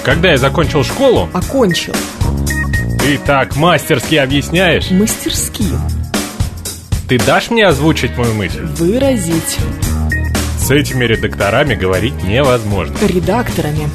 Когда я закончил школу... Окончил. Ты так мастерски объясняешь. Мастерски. Ты дашь мне озвучить мою мысль? Выразить. С этими редакторами говорить невозможно. Редакторами.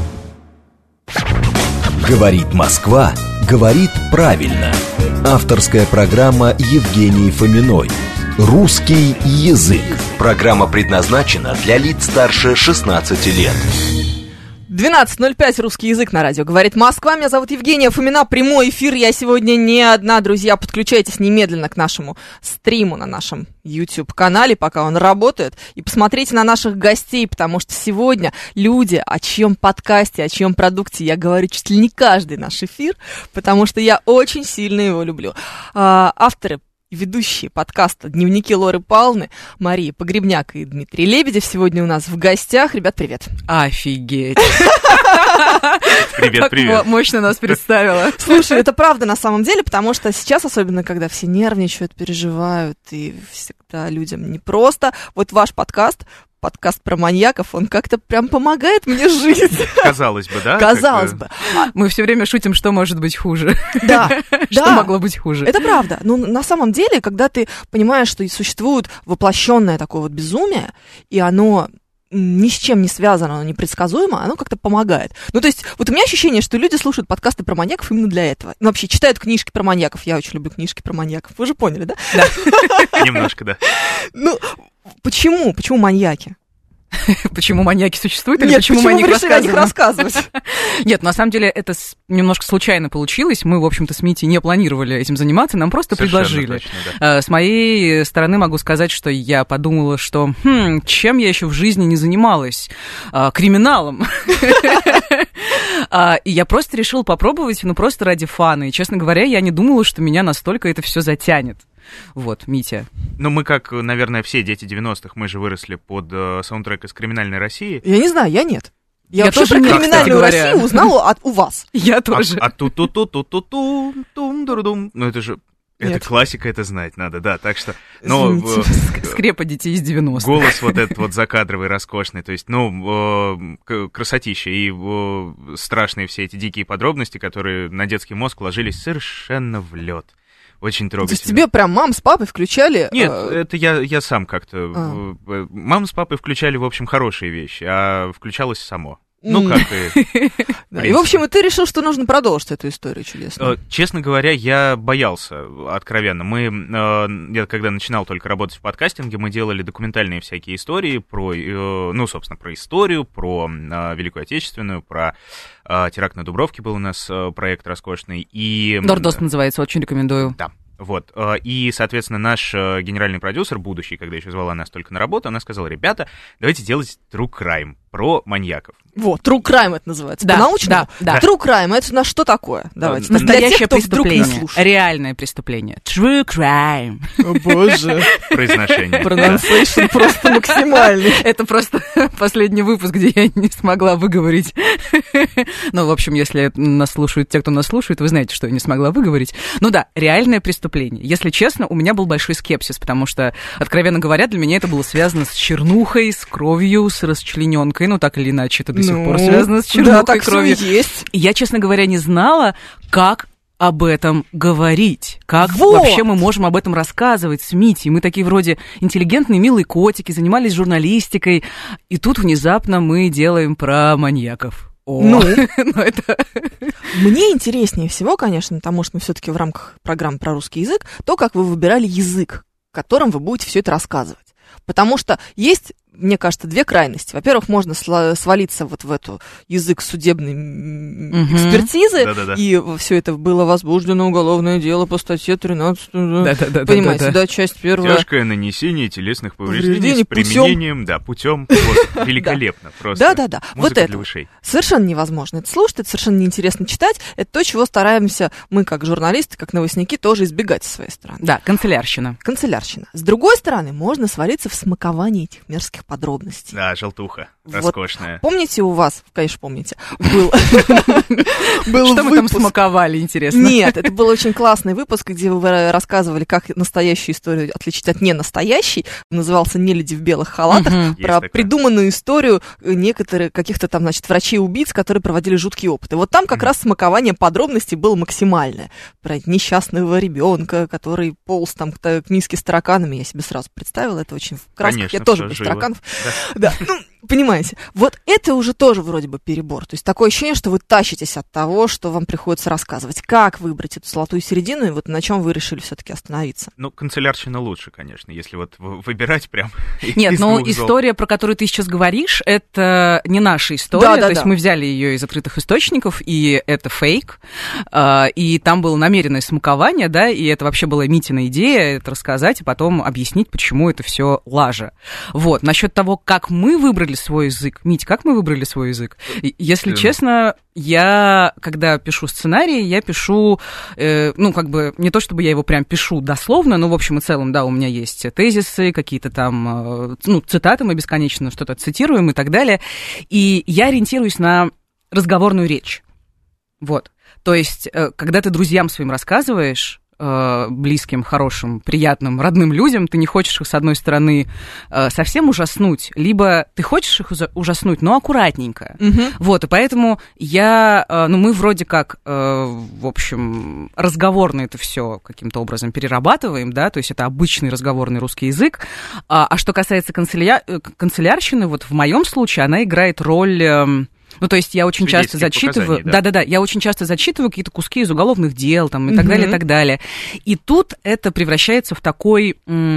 Говорит Москва, говорит правильно. Авторская программа Евгении Фоминой. Русский язык. Программа предназначена для лиц старше 16 лет. 12.05, русский язык на радио. Говорит Москва. Меня зовут Евгения Фомина. Прямой эфир. Я сегодня не одна, друзья. Подключайтесь немедленно к нашему стриму на нашем YouTube-канале, пока он работает. И посмотрите на наших гостей, потому что сегодня люди, о чьем подкасте, о чьем продукте я говорю чуть ли не каждый наш эфир, потому что я очень сильно его люблю. Авторы, ведущие подкаста «Дневники Лоры Павловны» Мария Погребняк и Дмитрий Лебедев сегодня у нас в гостях. Ребят, привет. Офигеть. Привет, привет. Так мощно нас представила. Слушай, это правда на самом деле, потому что сейчас, особенно когда все нервничают, переживают, и всегда людям непросто. Вот ваш подкаст про маньяков, он как-то прям помогает мне жить. Казалось бы, да? Казалось бы. Мы все время шутим, что может быть хуже. Да. Что могло быть хуже. Это правда. Но на самом деле, когда ты понимаешь, что существует воплощенное такое вот безумие, и оно ни с чем не связано, оно непредсказуемо, оно как-то помогает. Ну, то есть, вот у меня ощущение, что люди слушают подкасты про маньяков именно для этого. Ну, вообще, читают книжки про маньяков. Я очень люблю книжки про маньяков. Вы же поняли, да? Да. Немножко, да. Ну, почему? Почему маньяки? Почему маньяки существуют или Нет, почему мы о них решили о них рассказывать? Нет, на самом деле это немножко случайно получилось. Мы, в общем-то, с Митей не планировали этим заниматься, нам просто предложили. Точно, да. С моей стороны могу сказать, что я подумала, что чем я еще в жизни не занималась? Криминалом. И я просто решила попробовать, ну, просто ради фана. И, честно говоря, я не думала, что меня настолько это все затянет. Вот, Митя. Ну, мы, как, наверное, все дети 90-х, мы же выросли под саундтрек из «Криминальной России». Я не знаю, я нет. Я вообще тоже про нет, «Криминальную кстати говоря. Россию» узнала у вас. Я тоже. Ту-ту-ту-ту-ту-тум-дурудум. Ну, это же... Это Нет. классика, это знать надо, да, так что... Но Скрепа детей из 90-х. голос вот этот вот закадровый, роскошный, то есть, ну, красотища и страшные все эти дикие подробности, которые на детский мозг ложились совершенно в лед. Очень То есть трогательно. тебе прям мам с папой включали... Нет, это я сам как-то... Мама с папой включали, в общем, хорошие вещи, а включалось само. Ну, как и... Да, и, в общем, и ты решил, что нужно продолжить эту историю чудесную. Честно говоря, я боялся, откровенно. Я когда начинал только работать в подкастинге, мы делали документальные всякие истории про, ну, собственно, про историю, про Великую Отечественную, про теракт на Дубровке был у нас проект роскошный. И... Дордост называется, очень рекомендую. Да. Вот, и, соответственно, наш генеральный продюсер, будущий, когда еще звала нас только на работу, она сказала: ребята, давайте делать true crime про маньяков. Вот, true crime это называется. Да, По-научному? да. True crime, это на что такое? Давайте. Для тех, Настоящее кто вдруг не преступление. слушает. Реальное преступление. True crime. О, боже. Произношение. Pronunciation просто максимальный. Это просто последний выпуск, где я не смогла выговорить. Ну, в общем, если нас слушают те, кто нас слушает, вы знаете, что я не смогла выговорить. Ну да, реальное преступление. Если честно, у меня был большой скепсис, потому что, откровенно говоря, для меня это было связано с чернухой, с кровью, с расчлененкой. Ну, так или иначе, это до сих пор связано с чернухой, да, так кровью. всё и есть. И я, честно говоря, не знала, как об этом говорить. Как Вот. вообще мы можем об этом рассказывать с Митей? Мы такие вроде интеллигентные, милые котики, занимались журналистикой, и тут внезапно мы делаем про маньяков. Ну, это... мне интереснее всего, конечно, потому что мы все-таки в рамках программы про русский язык, то, как вы выбирали язык, которым вы будете все это рассказывать. Потому что есть, мне кажется, две крайности. Во-первых, можно свалиться вот в эту язык судебной экспертизы, Да-да-да. и все это было возбуждено уголовное дело по статье 13. Да-да-да. Понимаете, да, часть первая. Тяжкое нанесение телесных повреждений Повреждений с применением, путем. Вот, великолепно просто. Да. Музыка Вот для это ушей. совершенно невозможно это слушать, это совершенно неинтересно читать. Это то, чего стараемся мы, как журналисты, как новостники, тоже избегать со своей стороны. Да, канцелярщина. Канцелярщина. С другой стороны, можно свалиться в смаковании этих мерзких подробностей. Да, желтуха, Вот. роскошная. Помните у вас, конечно, помните, был Что мы там смаковали, интересно? Нет, это был очень классный выпуск, где вы рассказывали, как настоящую историю отличить от ненастоящей. Назывался «Нелюди в белых халатах», про придуманную историю некоторых каких-то там, значит, врачей-убийц, которые проводили жуткие опыты. Вот там как раз смакование подробностей было максимальное. Про несчастного ребенка, который полз там к миске с тараканами. Я себе сразу представила, это очень в красках. Конечно, я тоже всё без живо. тараканов. Да, ну, понимаете. Вот это уже тоже вроде бы перебор. То есть такое ощущение, что вы тащитесь от того, что вам приходится рассказывать. Как выбрать эту золотую середину, и вот на чем вы решили все-таки остановиться? Ну, канцелярщина лучше, конечно, если вот выбирать прям. Нет, из но двух зол. история, про которую ты сейчас говоришь, это не наша история. Да. То есть мы взяли ее из открытых источников, и это фейк. И там было намеренное смакование, да, и это вообще была Митина идея, это рассказать, и потом объяснить, почему это все лажа. Вот. Насчет того, как мы выбрали свой язык. Мить, как мы выбрали свой язык? Если честно, я, когда пишу сценарий, я пишу, ну, как бы, не то чтобы я его прям пишу дословно, но в общем и целом, да, у меня есть тезисы, какие-то там, ну, цитаты мы бесконечно что-то цитируем и так далее. И я ориентируюсь на разговорную речь. Вот. То есть, когда ты друзьям своим рассказываешь, близким, хорошим, приятным, родным людям, ты не хочешь их, с одной стороны, совсем ужаснуть, либо ты хочешь их ужаснуть, но аккуратненько. Вот, и поэтому мы вроде как, в общем, разговорно это все каким-то образом перерабатываем, да, то есть это обычный разговорный русский язык. А что касается канцелярщины, вот в моем случае она играет роль... Ну, то есть я очень часто зачитываю... Да, я очень часто зачитываю какие-то куски из уголовных дел там, и так далее, и так далее. И тут это превращается в такой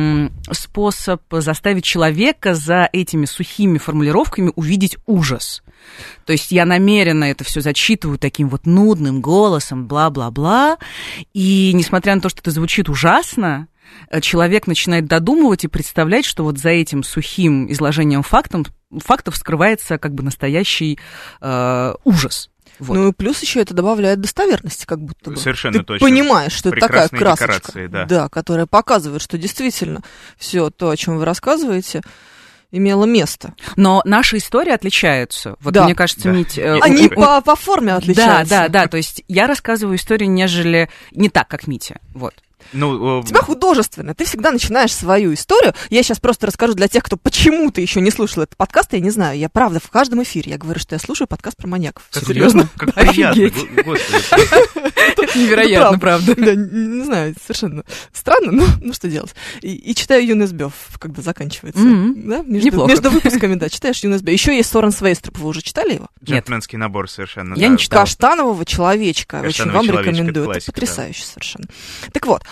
способ заставить человека за этими сухими формулировками увидеть ужас. То есть я намеренно это все зачитываю таким вот нудным голосом, бла-бла-бла, и несмотря на то, что это звучит ужасно, человек начинает додумывать и представлять, что вот за этим сухим изложением фактов скрывается как бы настоящий ужас. Вот. Ну и плюс еще это добавляет достоверности, как будто бы. Совершенно ты точно. Понимаешь, что это такая красочка, декорации, да, которая показывает, что действительно все то, о чем вы рассказываете, имело место. Но наши истории отличаются. Вот да. Мне кажется, да. Мить... Они по форме отличаются. Да. То есть я рассказываю истории не так, как Митя. Вот. Ну, у тебя художественно. Ты всегда начинаешь свою историю. Я сейчас просто расскажу для тех, кто почему-то еще не слушал этот подкаст. Я не знаю. Я правда в каждом эфире я говорю, что я слушаю подкаст про маньяков. Серьезно? Как приятно. Это невероятно, правда. Да, не знаю, совершенно странно, но что делать. И читаю ЮНСБ, когда заканчивается. Между выпусками, да, читаешь ЮНСБ. Еще есть Сорен Свейструп. Вы уже читали его? Джентльменский набор совершенно. Я не читала. Каштанового человечка. Очень вам рекомендую. Это потрясающе совершенно. Так вот.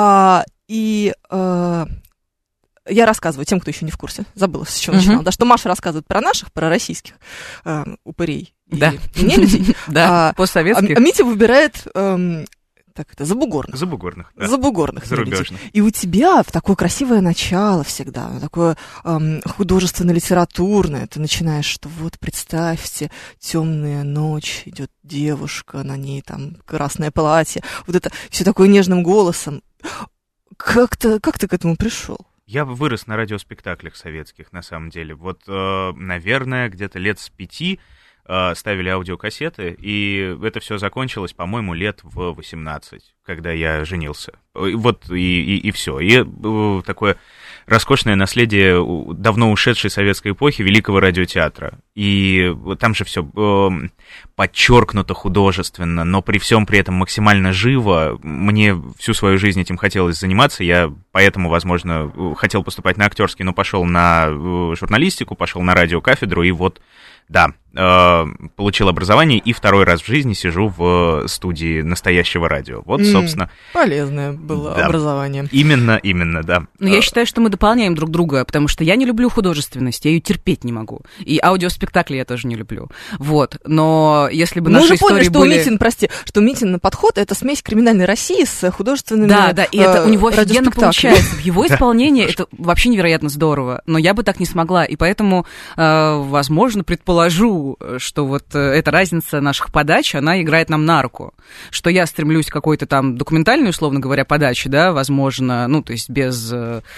Я рассказываю тем, кто еще не в курсе, забыла, с чего начинала, да, что Маша рассказывает про наших, про российских упырей и нелюдей. Да, постсоветских. А Митя выбирает забугорных. Забугорных. Зарубежных. И у тебя такое красивое начало всегда, такое художественно-литературное. Ты начинаешь, что вот представьте, темная ночь, идет девушка, на ней там красное платье, вот это все такое нежным голосом. Как ты к этому пришел? Я вырос на радиоспектаклях советских, на самом деле. Вот, наверное, где-то лет с 5 ставили аудиокассеты, и это все закончилось, по-моему, лет в 18, когда я женился. Вот и все. И такое роскошное наследие давно ушедшей советской эпохи великого радиотеатра. И там же все подчеркнуто художественно, но при всем при этом максимально живо. Мне всю свою жизнь этим хотелось заниматься. Я поэтому, возможно, хотел поступать на актерский, но пошел на журналистику, пошел на радиокафедру, и вот, да, получил образование, и второй раз в жизни сижу в студии настоящего радио. Вот, собственно... Полезное было образование. Именно, да. Но я считаю, что мы дополняем друг друга, потому что я не люблю художественность, я ее терпеть не могу. И аудиоспектакли я тоже не люблю. Вот. Но если бы Мы наши уже поняли, истории что Митин подход — это смесь криминальной России с художественными Да, и это у него офигенно радиоспектаклями. получается. В его исполнении это вообще невероятно здорово. Но я бы так не смогла. И поэтому, возможно, предположу, что вот эта разница наших подач, она играет нам на руку. Что я стремлюсь к какой-то там документальной, условно говоря, подаче, да, возможно, ну, то есть без...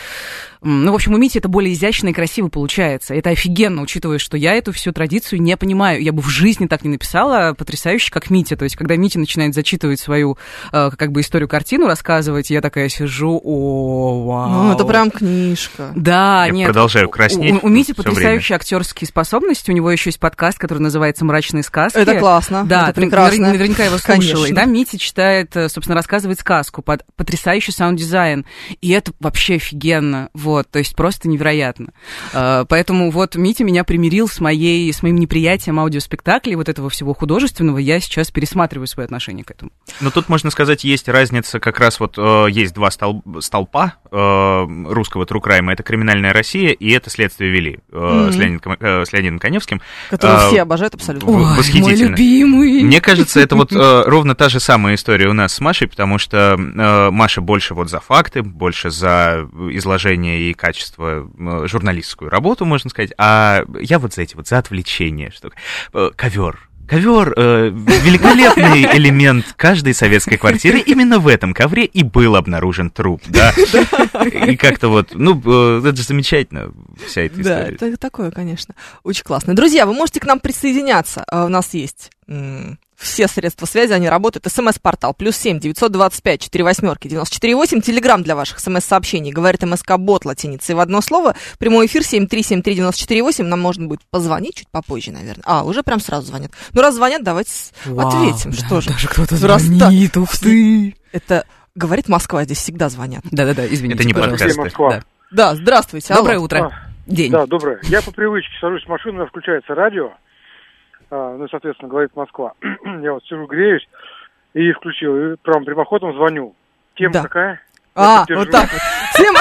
Ну, в общем, у Мити это более изящно и красиво получается. Это офигенно, учитывая, что я эту всю традицию не понимаю. Я бы в жизни так не написала потрясающе, как Митя. То есть, когда Митя начинает зачитывать свою, как бы, историю-картину, рассказывать, я такая сижу, вау. Ну, это прям книжка. Да, Я нет. продолжаю краснеть. У Мити всё потрясающие актерские способности. У него еще есть подкаст, который называется «Мрачные сказки». Это классно, Да, это прекрасно. Наверняка его слушала. Конечно. И там Митя читает, собственно, рассказывает сказку под потрясающий саунд-дизайн. И это вообще офигенно. Вот, то есть просто невероятно. Поэтому вот Митя меня примирил с моим неприятием аудиоспектаклей, вот этого всего художественного. Я сейчас пересматриваю свое отношение к этому. Но тут, можно сказать, есть разница, как раз вот есть два столпа русского true crime. Это «Криминальная Россия» и это «Следствие вели» с Леонидом Каневским. Которого все обожают абсолютно. Ой, восхитительно. мой любимый. Мне кажется, это вот ровно та же самая история у нас с Машей, потому что Маша больше вот за факты, больше за изложение и качество журналистскую работу, можно сказать, а я вот за эти вот, за отвлечение. Ковер, великолепный элемент каждой советской квартиры. Именно в этом ковре и был обнаружен труп, да. И как-то вот, ну, это же замечательно, вся эта история. Да, это такое, конечно, очень классно. Друзья, вы можете к нам присоединяться. У нас есть все средства связи, они работают. СМС-портал +7 925 48 94 8. Телеграм для ваших СМС-сообщений. Говорит МСК-бот латиницей в одно слово. Прямой эфир 7373948. Нам можно будет позвонить чуть попозже, наверное. Уже прям сразу звонят. Ну, раз звонят, давайте ответим. Да, что же. даже кто-то Раз звонит, ух ты. Это говорит Москва, здесь всегда звонят. Да-да-да, извините. Это не пожалуйста. подкасты. Москва. Да, здравствуйте. Доброе алло. утро. День. Да, доброе. Я по привычке сажусь в машину, у меня включается радио, ну, соответственно, говорит Москва. Я вот сижу, греюсь, и включил, и прям прямоходом звоню. Тема Да. какая? Я Вот так вот. Всем...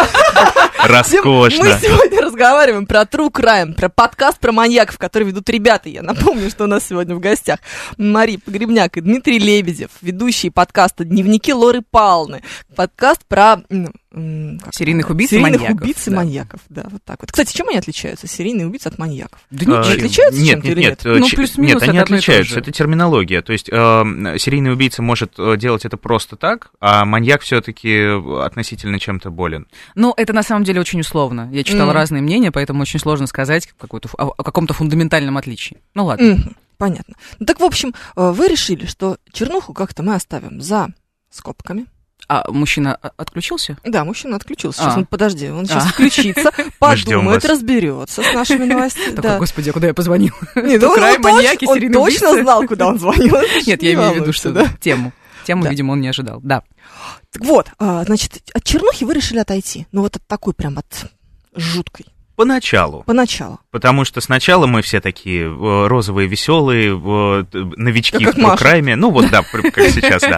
Роскошно. Мы сегодня разговариваем про True Crime, про подкаст про маньяков, который ведут ребята. Я напомню, что у нас сегодня в гостях Мария Погребняк и Дмитрий Лебедев, ведущие подкаста «Дневники Лоры Палны». Подкаст про... Серийных убийц и серийных маньяков. убийц и Да. маньяков, да, вот так вот. Кстати, чем они отличаются, серийные убийцы от маньяков? Да ничего. Они отличаются Нет, чем-то или нет, нет? Ну, плюс-минус нет, они это одно и то отличаются, же. это терминология. То есть серийный убийца может делать это просто так, а маньяк все-таки относительно чем-то болен. Ну, это на самом деле очень условно. Я читала разные мнения, поэтому очень сложно сказать о каком-то фундаментальном отличии. Ну, ладно. Понятно. Ну, так, в общем, вы решили, что чернуху как-то мы оставим за скобками. А мужчина отключился? Да, мужчина отключился. Сейчас он, подожди, он сейчас А. включится, Мы ждем подумает, вас. разберется с нашими новостями. Такой, господи, а куда я позвонил? Нет, True crime, маньяки, он серийные точно убийцы? знал, куда он звонил. Нет, я имею в виду, что да. тему. Тему, Да. видимо, он не ожидал. Да. Так вот, значит, от чернухи вы решили отойти. Ну, вот от такой прям от жуткой. Поначалу. Поначалу. Потому что сначала мы все такие розовые, веселые, новички Как в true Маша. crime. Ну вот, да, как сейчас, да.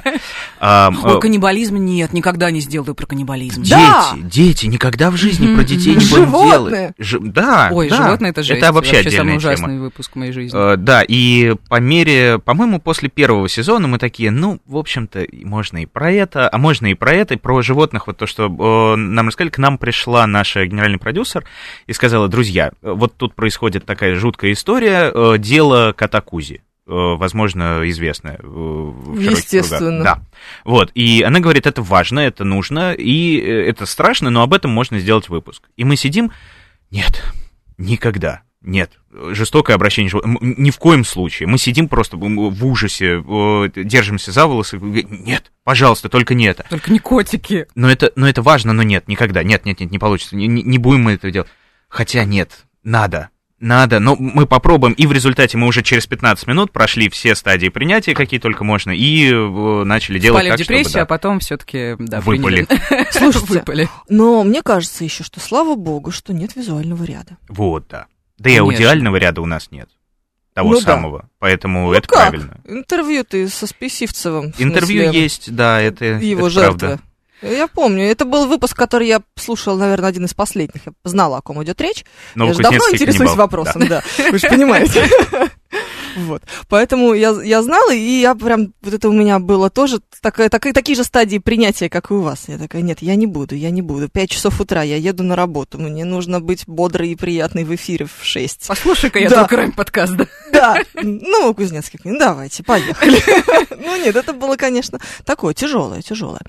Ой, каннибализм нет, никогда не сделаю про каннибализм. Да. Дети, никогда в жизни про детей не будем Животные. делать. Да, Ой, да. животные — это жесть. Это вообще самый отдельная ужасный тема. выпуск в моей жизни. Да, и по-моему, после первого сезона мы такие, ну, в общем-то, можно и про это, а можно и про это, и про животных. Вот то, что нам рассказали, к нам пришла наша генеральный продюсер и сказала: друзья, вот тут происходит такая жуткая история, дело Катакузи. Возможно, известная в широких Естественно. кругах. Да. Вот, и она говорит, это важно, это нужно, и это страшно, но об этом можно сделать выпуск. И мы сидим, нет, никогда. Нет, жестокое обращение, ни в коем случае. Мы сидим просто в ужасе, держимся за волосы. Нет, пожалуйста, только не это. Только не котики. Но это важно, но нет, никогда. Нет, не получится. Не будем мы этого делать. Хотя нет, надо. Но мы попробуем, и в результате мы уже через 15 минут прошли все стадии принятия, какие только можно, и начали делать Впали так, в депрессию, чтобы... а потом все-таки Выпали. Слушайте, Выпали. но мне кажется еще, что слава богу, что нет визуального ряда. Вот, да. Да и Конечно. аудиального ряда у нас нет. Того Ну да. самого. Поэтому это как? правильно. Интервью ты со Списивцевым. в Интервью смысле, есть, да, это его это жертвы. правда. Я помню, это был выпуск, который я слушала, наверное, один из последних. Я знала, о ком идет речь. Я же давно Новокузнецкий интересуюсь каннибал, вопросом, да. Вы же понимаете. Вот. Поэтому я знала, и я прям, вот это у меня было тоже такие же стадии принятия, как и у вас. Я такая, нет, я не буду. 5 часов утра, я еду на работу, мне нужно быть бодрой и приятной в эфире в 6. Послушай-ка я только ранний подкаст, да? Да, ну, Кузнецкий, давайте, поехали. Ну, нет, это было, конечно, такое тяжелое.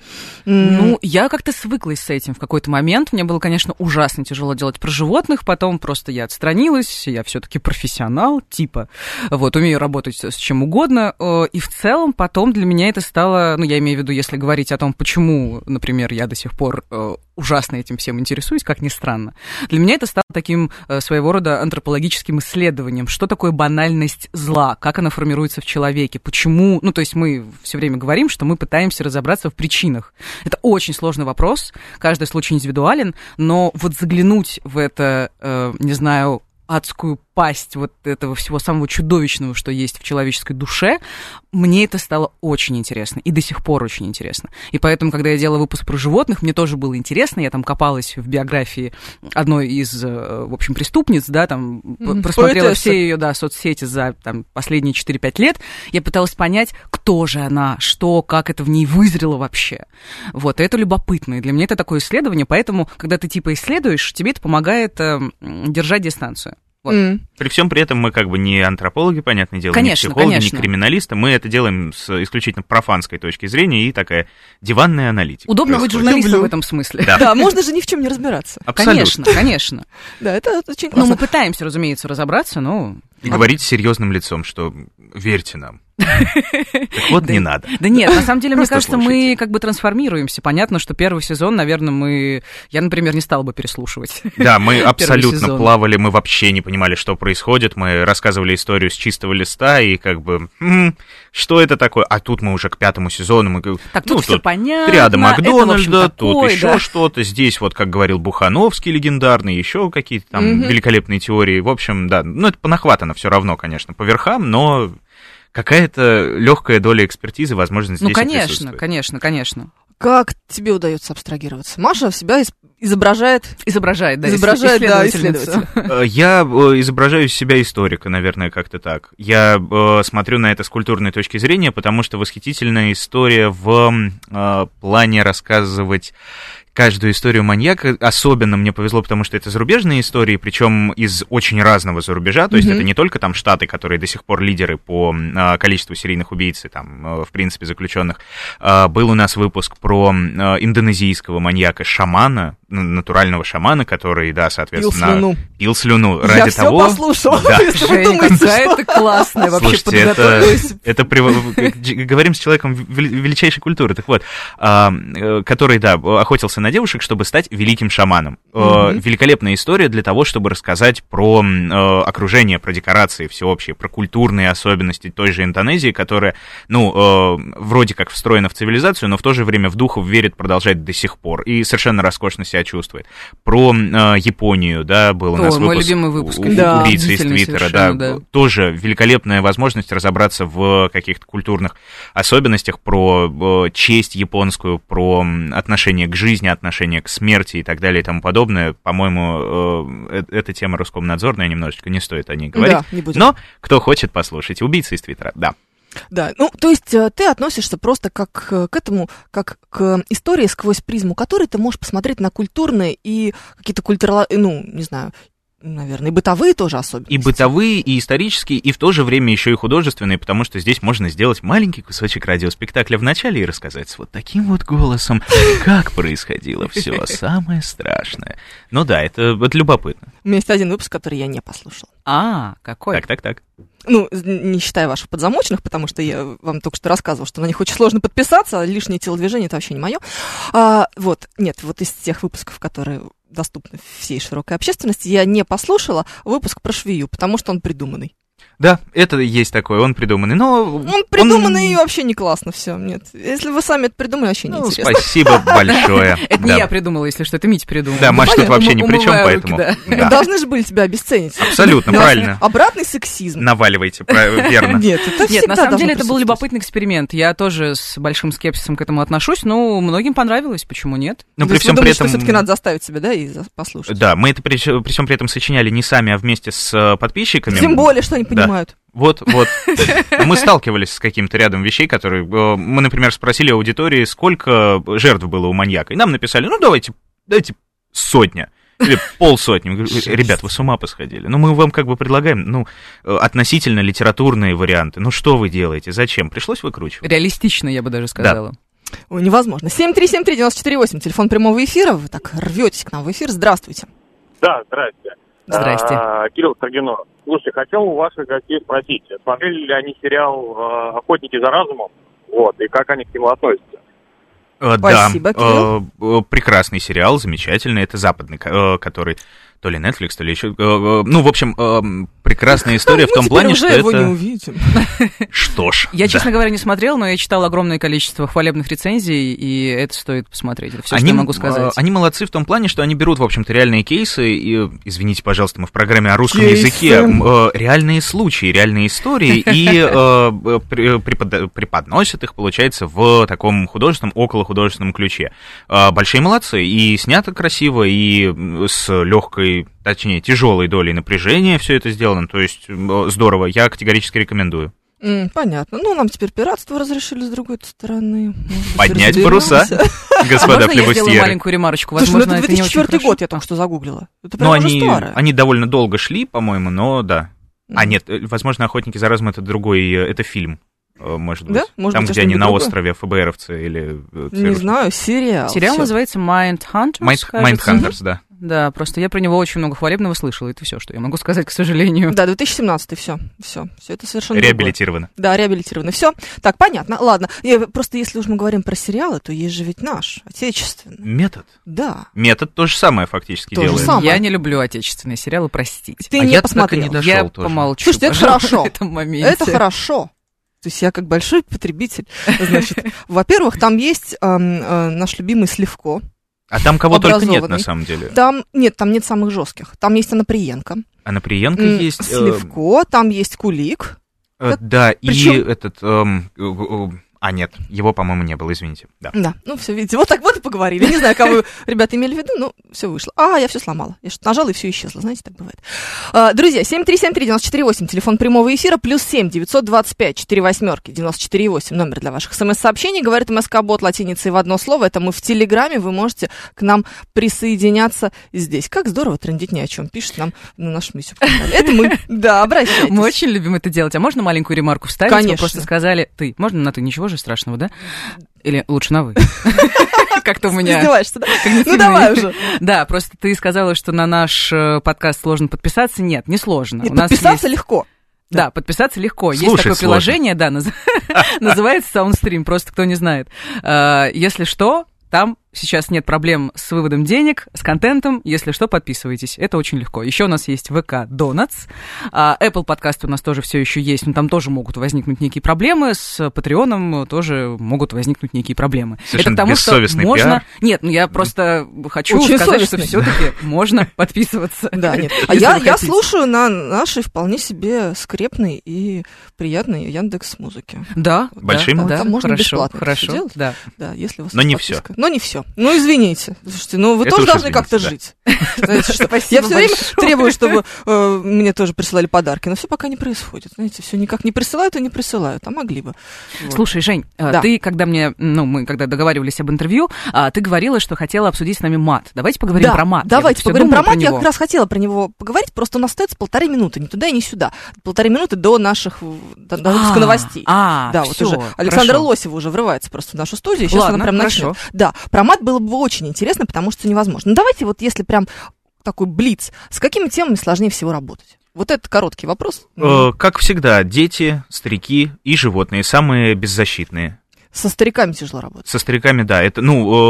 Ну, я как-то свыклась с этим в какой-то момент. Мне было, конечно, ужасно тяжело делать про животных, потом просто я отстранилась, я все-таки профессионал, типа, вот, умею работать с чем угодно, и в целом потом для меня это стало, ну, я имею в виду, если говорить о том, почему, например, я до сих пор ужасно этим всем интересуюсь, как ни странно, для меня это стало таким своего рода антропологическим исследованием, что такое банальность зла, как она формируется в человеке, почему, ну, то есть мы все время говорим, что мы пытаемся разобраться в причинах. Это очень сложный вопрос, каждый случай индивидуален, но вот заглянуть в это, не знаю, адскую пасть вот этого всего самого чудовищного, что есть в человеческой душе, мне это стало очень интересно, и до сих пор очень интересно. И поэтому, когда я делала выпуск про животных, мне тоже было интересно, я там копалась в биографии одной из, в общем, преступниц, да, там, просмотрела все ее, да, соцсети за там, последние 4-5 лет, я пыталась понять, кто же она, что, как это в ней вызрело вообще. Вот, и это любопытно, и для меня это такое исследование, поэтому, когда ты типа исследуешь, тебе это помогает держать дистанцию. Вот. При всем при этом мы как бы не антропологи, понятное дело, конечно, не психологи, конечно. не криминалисты. Мы это делаем с исключительно профанской точки зрения и такая диванная аналитика. Удобно быть журналистом в этом смысле. Да, можно же ни в чем не разбираться. Абсолютно. Конечно. Да, это очень классно. Но мы пытаемся, разумеется, разобраться, но... И говорить серьезным лицом, что верьте нам. Так вот, не надо. Да нет, на самом деле, мне Просто кажется, слушайте. мы как бы трансформируемся. Понятно, что первый сезон, наверное, я, например, не стала бы переслушивать. Да, мы абсолютно сезон. плавали, мы вообще не понимали, что происходит. Мы рассказывали историю с чистого листа, и как бы, что это такое? А тут мы уже к 5-му сезону, мы говорим, Так, тут все понятно. рядом это, в общем, Макдональда, тут такое, еще да. что-то. Здесь, вот как говорил Бухановский легендарный, еще какие-то там великолепные теории. В общем, да, ну это понахватано все равно, конечно, по верхам, но какая-то легкая доля экспертизы, возможно, здесь Ну, и конечно, присутствует. конечно. Как тебе удается абстрагироваться? Маша себя изображает, да, исследовательницу. Я изображаю из себя историка, наверное, как-то так. Я смотрю на это с культурной точки зрения, потому что восхитительная история в плане рассказывать каждую историю маньяка. Особенно мне повезло, потому что это зарубежные истории, причем из очень разного зарубежа. То есть это не только там Штаты, которые до сих пор лидеры по количеству серийных убийц и там, в принципе, заключенных. Был у нас выпуск про индонезийского маньяка-шамана, натурального шамана, который, да, соответственно... Пил слюну. Я Ради все того... послушала. Да. Если вы Жень, думаете, какая-то классная вообще Слушайте, подготовилась. говорим с человеком величайшей культуры, так вот, который, да, охотился на девушек, чтобы стать великим шаманом. Великолепная история для того, чтобы рассказать про окружение, про декорации всеобщие, про культурные особенности той же Индонезии, которая, ну, вроде как встроена в цивилизацию, но в то же время в духов верит, продолжает до сих пор и совершенно роскошно себя чувствует. Про Японию, да, был у нас выпуск. Мой любимый выпуск. Да. Убийца из Твиттера, да. Тоже великолепная возможность разобраться в каких-то культурных особенностях, про честь японскую, про отношение к жизни, отношение к смерти и так далее и тому подобное. По-моему, эта тема Роскомнадзорная немножечко, не стоит о ней говорить. Да, не будем. Но кто хочет послушать, убийца из Твиттера, да. Да, ну, то есть ты относишься просто как к этому, как к истории сквозь призму, которой ты можешь посмотреть на культурные и какие-то ну, не знаю, наверное, и бытовые тоже особенности. И бытовые, и исторические, и в то же время еще и художественные, потому что здесь можно сделать маленький кусочек радиоспектакля в начале и рассказать с вот таким вот голосом, как происходило все самое страшное. Ну да, это любопытно. У меня есть один выпуск, который я не послушала. Какой? Так. Ну, не считая ваших подзамоченных, потому что я вам только что рассказывала, что на них очень сложно подписаться, а лишние телодвижения — это вообще не мое. Вот из тех выпусков, которые доступны всей широкой общественности, я не послушала выпуск про швею, потому что он придуманный. Да, это есть такое, он придуманный, но... Он придуманный и вообще не классно все, нет. Если вы сами это придумали, вообще не интересно. Спасибо большое. Это не я придумала, если что, это Митя придумал. Да, Маша тут вообще ни при чем, поэтому... Должны же были тебя обесценить. Абсолютно, правильно. Обратный сексизм. Наваливайте, верно. Нет, на самом деле это был любопытный эксперимент. Я тоже с большим скепсисом к этому отношусь, но многим понравилось, почему нет? Но То при есть всем вы при думаете, этом... что все-таки надо заставить себя, да, и послушать? Да, мы это при всем при этом сочиняли не сами, а вместе с подписчиками. Тем более, что они понимают. Вот. Мы сталкивались с каким-то рядом вещей, которые... Мы, например, спросили аудитории, сколько жертв было у маньяка. И нам написали, давайте 100. Или 50. Мы говорим, ребят, вы с ума посходили. Мы вам как бы предлагаем, относительно литературные варианты. Что вы делаете? Зачем? Пришлось выкручивать. Реалистично, я бы даже сказала. Да. Ой, невозможно. 7373948, телефон прямого эфира. Вы так рветесь к нам в эфир. Здравствуйте. Да, здрасте. Здрасте. Кирилл Строгино. Слушай, хотел у ваших гостей спросить, смотрели ли они сериал «Охотники за разумом», и как они к нему относятся? Спасибо, Кирилл. Прекрасный сериал, замечательный. Это западный, который то ли Netflix, то ли еще... в общем, прекрасная история в том плане, что его это... не увидим. Что ж. Я, честно говоря, не смотрел, но я читал огромное количество хвалебных рецензий, и это стоит посмотреть. Это все, что я могу сказать. Они молодцы в том плане, что они берут, в общем-то, реальные кейсы, и, извините, пожалуйста, мы в программе о русском языке, реальные случаи, реальные истории, и преподносят их, получается, в таком художественном, околохудожественном ключе. Большие молодцы, и снято красиво, и с легкой, точнее, тяжелой долей напряжения все это сделано, то есть здорово, я категорически рекомендую. Понятно. Нам теперь пиратство разрешили с другой стороны. Поднять паруса, господа плебустьеры. Можно я сделаю маленькую ремарочку? Возможно, это это не очень 2004 год, я только что загуглила. Это прям уже старое. Они довольно долго шли, по-моему, но да. Нет, возможно, «Охотники за разумом» — это другой, это фильм. Может быть. Да? Может там, быть, где они на другое? острове ФБРовцы или... Не знаю, сериал. Сериал Всё. называется Mindhunters, Mindhunters, да. Да, просто я про него очень много хвалебного слышала, это все, что я могу сказать, к сожалению. Да, 2017-й, все это совершенно Реабилитировано. Другое. Да, реабилитировано. Все. Так, понятно, ладно. Просто если уж мы говорим про сериалы, то есть же ведь наш, отечественный. Метод? Да. Метод то же самое фактически То же делает. самое. Я не люблю отечественные сериалы, простите. Ты не я посмотрел. так и не дошел Я тоже. помолчу. Слушайте, это пожалуй, хорошо. в этом моменте. Это хорошо. То есть я как большой потребитель. Значит, во-первых, там есть наш любимый Сливко. А там кого только нет, образованный. на самом деле. Там нет самых жестких. Там есть Анаприенко. Анаприенко есть... Сливко, там есть Кулик. Да, Причём- и этот... нет, его, по-моему, не было, извините. Да. Да, все, видите, вот так вот и поговорили. Не знаю, кого ребята имели в виду, но все вышло. Я все сломала. Я что-то нажала, и все исчезло. Знаете, так бывает. Друзья, 7373948, телефон прямого эфира, +7 925 48 94,8, номер для ваших смс-сообщений. Говорит МСК-бот латиницей в одно слово. Это мы в Телеграме, вы можете к нам присоединяться здесь. Как здорово трындеть ни о чем, пишет нам на нашем YouTube-канале. Это мы, да, обращайтесь. Мы очень любим это делать. А можно маленькую ремарку вставить? Конечно. Вы просто сказали, можно на ты, ничего же страшного, да? Или лучше на вы? Как-то у меня... Издеваешься, да? Ну, давай уже. Да, просто ты сказала, что на наш подкаст сложно подписаться. Нет, не сложно. Нет, подписаться легко. Да, подписаться легко. Есть Слушать такое сложно. приложение, да, называется Soundstream, просто кто не знает. Если что, там сейчас нет проблем с выводом денег, с контентом. Если что, подписывайтесь. Это очень легко. Еще у нас есть ВК Donuts. Apple подкасты у нас тоже все еще есть, но там тоже могут возникнуть некие проблемы. С Патреоном тоже могут возникнуть некие проблемы. Совершенно Это потому, что бессовестный можно... пиар. Нет, я просто хочу Очень сказать, совестный. что все-таки можно подписываться. Да, нет. Если Я вы хотите. слушаю на нашей вполне себе скрепной и приятной Яндекс.Музыке. Да, Большие да, молодцы. да, Там можно хорошо, бесплатно хорошо, всё делать. да. Да, если у вас Но есть не подписка. Но не все. Ну, извините. Слушайте, вы Это тоже уж должны как-то извините, жить. Знаете, что? Спасибо Я все время большое. требую, чтобы мне тоже присылали подарки, но все пока не происходит. Знаете, все никак не присылают и не присылают, а могли бы. Вот. Слушай, Жень, Да. ты, когда мы когда договаривались об интервью, ты говорила, что хотела обсудить с нами мат. Давайте поговорим Да, про мат. давайте Я всё поговорим про думаю мат. Я него. как раз хотела про него поговорить, просто у нас остается 1,5 минуты, ни туда и ни сюда. 1,5 минуты до наших до выпуска новостей. Да, вот всё, уже Александра хорошо. Лосева уже врывается просто в нашу студию. Сейчас Ладно, она прям хорошо. начнет. Да, про мат было бы очень интересно, потому что невозможно. Ну, давайте вот если прям такой блиц, с какими темами сложнее всего работать? Вот это короткий вопрос. Как всегда, дети, старики и животные самые беззащитные. Со стариками тяжело работать. Со стариками, да, это,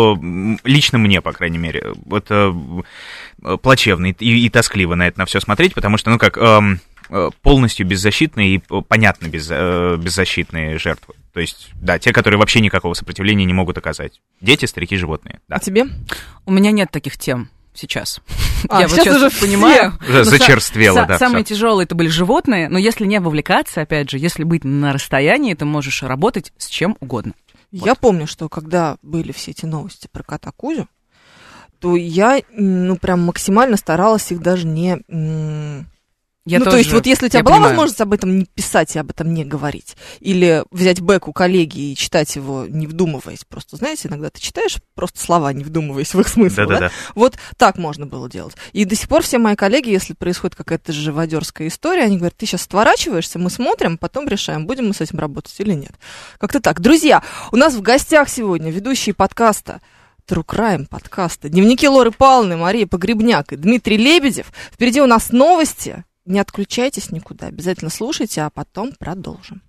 лично мне, по крайней мере, это плачевно и тоскливо на это на все смотреть, потому что, полностью беззащитные и понятно беззащитные жертвы. То есть, да, те, которые вообще никакого сопротивления не могут оказать. Дети, старики, животные. Да. А тебе? У меня нет таких тем сейчас. Я вот сейчас уже понимаю. Уже зачерствело, да. Самые всё. тяжелые это были животные, но если не вовлекаться, опять же, если быть на расстоянии, ты можешь работать с чем угодно. Я помню, что когда были все эти новости про кота Кузю, то я, прям максимально старалась их даже не То есть вот если у тебя была возможность об этом не писать и об этом не говорить, или взять бэк у коллеги и читать его, не вдумываясь, просто, знаете, иногда ты читаешь просто слова, не вдумываясь в их смысл, да? Вот так можно было делать. И до сих пор все мои коллеги, если происходит какая-то живодерская история, они говорят, ты сейчас сворачиваешься, мы смотрим, потом решаем, будем мы с этим работать или нет. Как-то так. Друзья, у нас в гостях сегодня ведущие подкаста True Crime подкаста, дневники Лоры Павловны, Мария Погребняк и Дмитрий Лебедев. Впереди у нас новости. Не отключайтесь никуда, обязательно слушайте, а потом продолжим.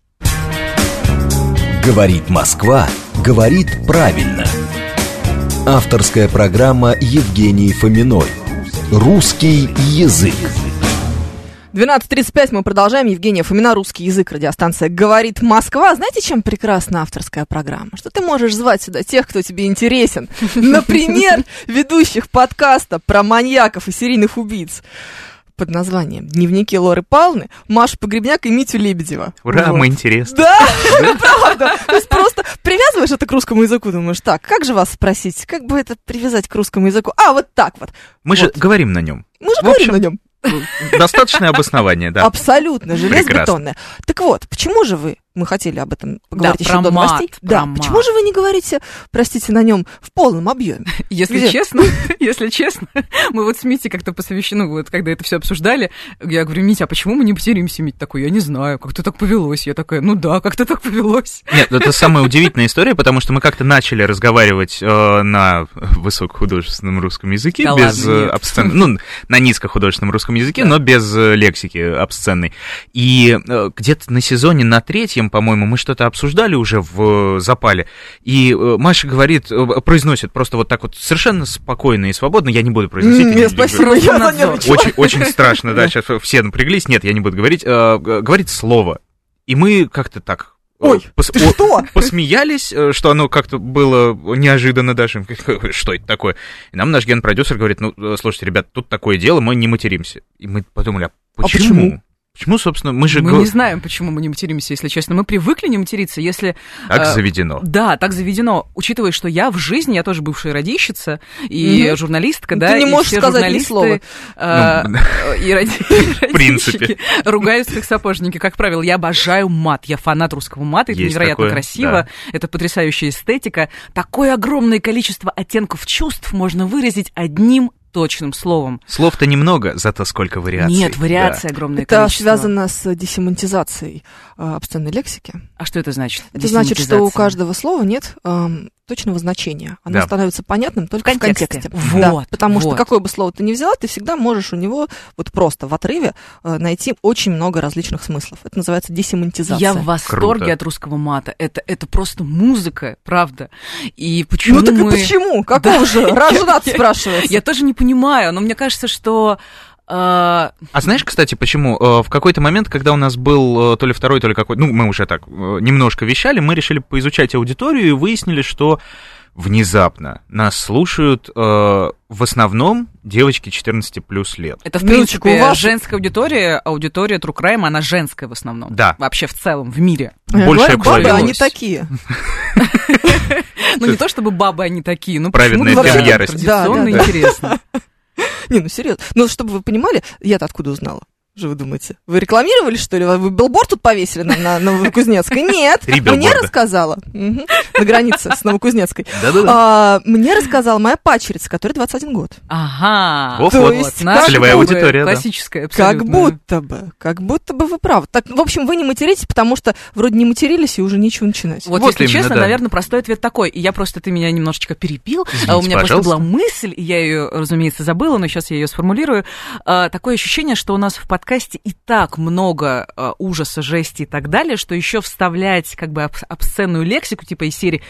Говорит Москва, говорит правильно. Авторская программа Евгении Фоминой. Русский язык. 12:35 мы продолжаем. Евгения Фомина, русский язык, радиостанция «Говорит Москва». Знаете, чем прекрасна авторская программа? Что ты можешь звать сюда тех, кто тебе интересен. Например, ведущих подкаста про маньяков и серийных убийц под названием «Дневники Лоры Павловны», Машу Погребняк и Митю Лебедева. Ура, мы интересны. Да, правда. То есть просто привязываешь это к русскому языку, думаешь, так, как же вас спросить, как бы это привязать к русскому языку? А, вот так вот. Мы же говорим на нем. Мы же говорим на нем. Достаточное обоснование, да. Абсолютно, железобетонное. Так вот, почему же мы хотели об этом поговорить еще до новостей. Да, почему же вы не говорите, простите, на нем в полном объеме? Если честно, мы вот с Митей как-то посовещены, вот когда это все обсуждали, я говорю, Митя, а почему мы не потеримся? Митя такой, я не знаю, как-то так повелось. Я такая, ну да, как-то так повелось. Нет, это самая удивительная история, потому что мы как-то начали разговаривать на высокохудожественном русском языке, да без обсценной, на низкохудожественном русском языке, да, но без лексики обсценной. И где-то на сезоне на 3-м, по-моему, мы что-то обсуждали уже в запале, и Маша говорит, произносит просто вот так вот совершенно спокойно и свободно, я не буду произносить. Спасибо, я очень страшно, да, сейчас все напряглись, нет, я не буду говорить, говорит слово, и мы как-то так... Ой, ты что? Посмеялись, что оно как-то было неожиданно даже. Что это такое? И нам наш генпродюсер говорит, ну, слушайте, ребят, тут такое дело, мы не материмся. И мы подумали, а почему? Почему, собственно, мы не знаем, почему мы не материмся, если честно. Мы привыкли не материться, если... Так заведено. Да, так заведено. Учитывая, что я в жизни, я тоже бывшая радищица и журналистка, да. Ты не можешь сказать ни слова. И радищики ругаются как сапожники. Как правило, я обожаю мат, я фанат русского мата, это невероятно красиво, это потрясающая эстетика. Такое огромное количество оттенков чувств можно выразить одним точным словом. Слов-то немного, зато сколько вариаций. Нет, вариаций огромное это количество. Это связано с десемантизацией обсценной лексики. А что это значит? Это значит, что у каждого слова нет точного значения. Оно становится понятным только в контексте. Вот, да, потому что какое бы слово ты ни взяла, ты всегда можешь у него вот просто в отрыве найти очень много различных смыслов. Это называется десемантизация. Я в восторге от русского мата. Это просто музыка, правда. И почему и почему? Какого же? Ражнат спрашивается. Я тоже не понимаю, но мне кажется, что... А знаешь, кстати, почему? В какой-то момент, когда у нас был то ли второй, то ли какой-то... Ну, мы уже так немножко вещали, мы решили поизучать аудиторию и выяснили, что внезапно нас слушают в основном девочки 14 плюс лет. Это, в принципе, женская аудитория True Crime, она женская в основном. Да. Вообще в целом, в мире. Большая половина. Бабы, они такие. Ну, не то чтобы бабы, они такие, ну, праведная ярость. Традиционно интересно. Не, ну серьезно. Ну, чтобы вы понимали, я-то откуда узнала? Же вы думаете? Вы рекламировали, что ли? Вы билборд тут повесили на Новокузнецкой? Нет. Мне рассказала. На границе с Новокузнецкой. Мне рассказала моя падчерица, которой 21 год. Ага. То есть целевая аудитория. Классическая, абсолютно. Как будто бы вы правы. Так, в общем, вы не материтесь, потому что вроде не матерились и уже нечего начинать. Вот если честно, наверное, простой ответ такой. И я просто, ты меня немножечко перебил. У меня просто была мысль, и я ее, разумеется, забыла, но сейчас я ее сформулирую. Такое ощущение, что у нас в подкасте и так много ужаса, жести и так далее, что еще вставлять как бы обсценную лексику, типа из серии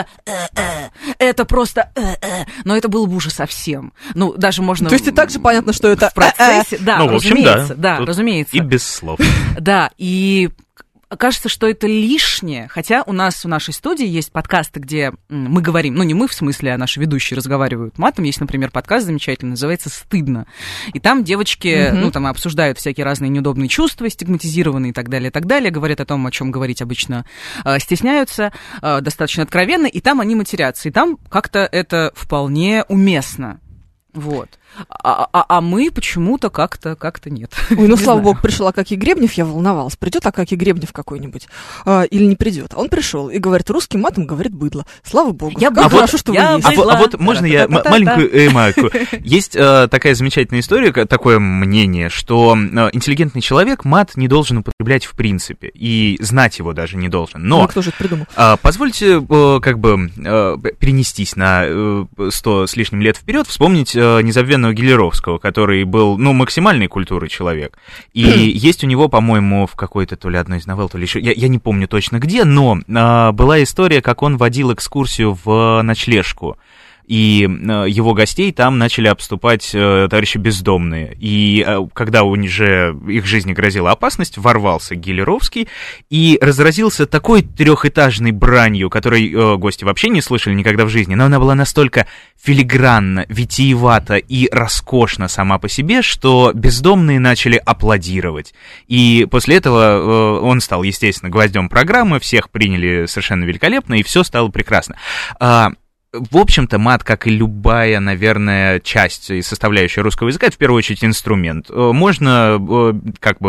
это просто но это было бы уже совсем. Ну, даже можно... То есть и так же понятно, что это в процессе, да, ну, разумеется, да, разумеется. И без слов. Да, и кажется, что это лишнее, хотя у нас в нашей студии есть подкасты, где мы говорим, ну не мы в смысле, а наши ведущие разговаривают матом. Есть, например, подкаст замечательный, называется «Стыдно». И там девочки, ну там обсуждают всякие разные неудобные чувства, стигматизированные и так далее, говорят о том, о чем говорить обычно стесняются, достаточно откровенно, и там они матерятся, и там как-то это вполне уместно. Вот. А мы почему-то как-то нет. Ой, ну, слава богу, пришел Акакий Гребнев, я волновалась. Придет Акакий Гребнев какой-нибудь или не придет? Он пришел и говорит, русским матом говорит быдло. Слава богу. Хорошо, что вы есть. А вот можно я маленькую ремарку? Есть такая замечательная история, такое мнение, что интеллигентный человек мат не должен употреблять в принципе, и знать его даже не должен. Но кто же это придумал? Позвольте перенестись на 100 с лишним лет вперед, вспомнить незабвенного Гелеровского, который был, максимальной культуры человек. И есть у него, по-моему, в какой-то то ли одной из новелл, то ли еще, я не помню точно где, но была история, как он водил экскурсию в ночлежку. И его гостей там начали обступать товарищи бездомные. И когда уже их жизни грозила опасность, ворвался Гелеровский и разразился такой трехэтажной бранью, которой гости вообще не слышали никогда в жизни, но она была настолько филигранна, витиевата и роскошна сама по себе, что бездомные начали аплодировать. И после этого он стал, естественно, гвоздем программы, всех приняли совершенно великолепно, и все стало прекрасно. В общем-то, мат, как и любая, наверное, часть и составляющая русского языка, это в первую очередь инструмент. Можно, как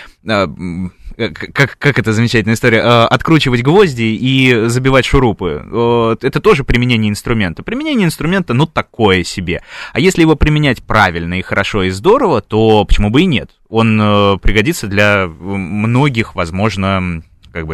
эта замечательная история, откручивать гвозди и забивать шурупы. Это тоже применение инструмента. Применение инструмента, такое себе. А если его применять правильно и хорошо и здорово, то почему бы и нет? Он пригодится для многих, возможно,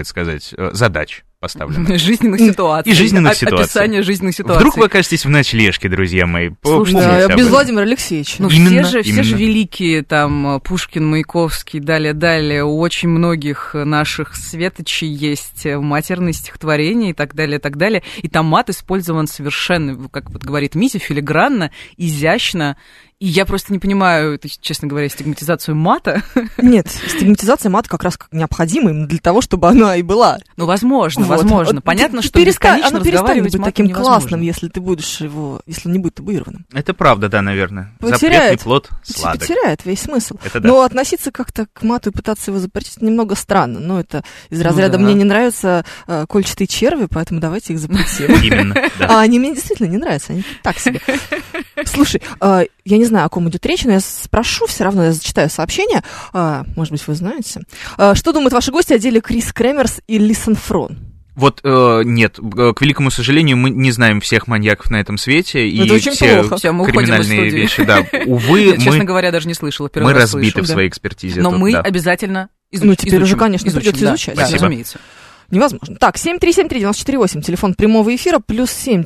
задач поставленных. Жизненных ситуаций. И жизненных ситуаций. Описание жизненных ситуаций. Вдруг вы окажетесь в ночлежке, друзья мои. Слушайте, без Владимира Алексеевича. Все же великие, там, Пушкин, Маяковский, далее. У очень многих наших светочей есть матерные стихотворения и так далее. И там мат использован совершенно, как говорит Митя, филигранно, изящно. И я просто не понимаю, честно говоря, стигматизацию мата. Нет, стигматизация мата как раз необходима именно для того, чтобы она и была. Возможно. Понятно, что бесконечно разговаривать быть таким классным, если ты будешь его, если он не будет табуированным. Это правда, да, наверное. Запретный плод сладок. Потеряет весь смысл. Это да. Но относиться как-то к мату и пытаться его запретить немного странно. Но это из разряда «мне не нравятся кольчатые черви, поэтому давайте их запретим». Именно, да. А они мне действительно не нравятся, они так себе. Слушай, я не знаю, о ком идет речь, но я спрошу, все равно я зачитаю сообщение. Может быть, вы знаете. Что думают ваши гости о деле Крис Кремерс и Лисан Фрон? Вот нет, к великому сожалению, мы не знаем всех маньяков на этом свете, и все криминальные вещи, да. Увы, я, честно говоря, даже не слышала. Мы разбиты в своей экспертизе. Но мы обязательно изучим. Теперь уже, конечно, придется изучать. Да, разумеется. Невозможно. Так, 7373948, телефон прямого эфира, +7